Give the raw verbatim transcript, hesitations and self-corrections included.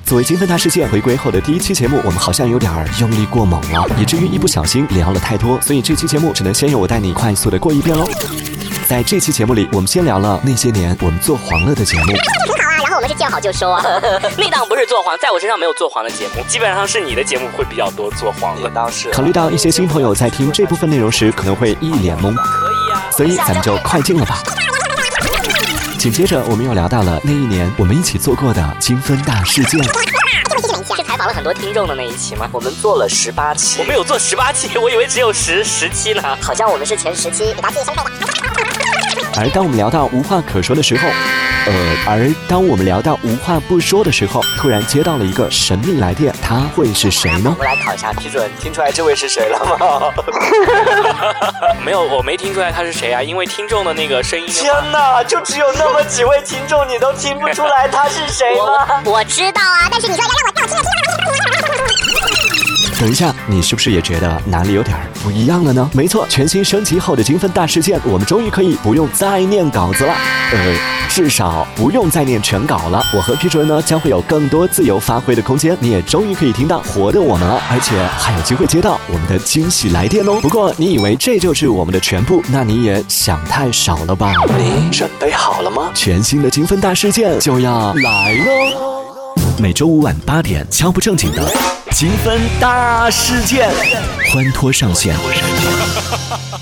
作为金分大事件回归后的第一期节目，我们好像有点用力过猛了，以至于一不小心聊了太多，所以这期节目只能先由我带你快速的过一遍喽。在这期节目里，我们先聊了那些年我们做黄了的节目。 然后我们是见好就收啊。 那档不是做黄，在我身上没有做黄的节目，基本上是你的节目会比较多做黄的。当时考虑到一些新朋友在听这部分内容时可能会一脸懵， 可以啊， 所以咱们就快进了吧。紧接着我们又聊到了那一年我们一起做过的金分大事件。 是采访了很多听众的那一期吗？ 我们做了十八期，我们有做十八期，我以为只有十十期呢。 好像我们是前十期，给大家相配的。 而当我们聊到无话可说的时候，呃，而当我们聊到无话不说的时候，突然接到了一个神秘来电，他会是谁呢？ 我们来考一下批准，听出来这位是谁了吗？没有，我没听出来他是谁啊，因为听众的那个声音。天哪，就只有那么几位听众，你都听不出来他是谁吗？ 我, 我知道啊，但是你说要让我让我听了听了。 等一下，你是不是也觉得哪里有点不一样了呢？没错，全新升级后的金分大事件，我们终于可以不用再念稿子了，呃，至少不用再念全稿了。我和皮主任呢，将会有更多自由发挥的空间，你也终于可以听到活的我们了，而且还有机会接到我们的惊喜来电哦。不过你以为这就是我们的全部，那你也想太少了吧？ 你准备好了吗？ 全新的金分大事件就要来喽！每周五晚八点，敲不正经的金分大事件，欢脱上线。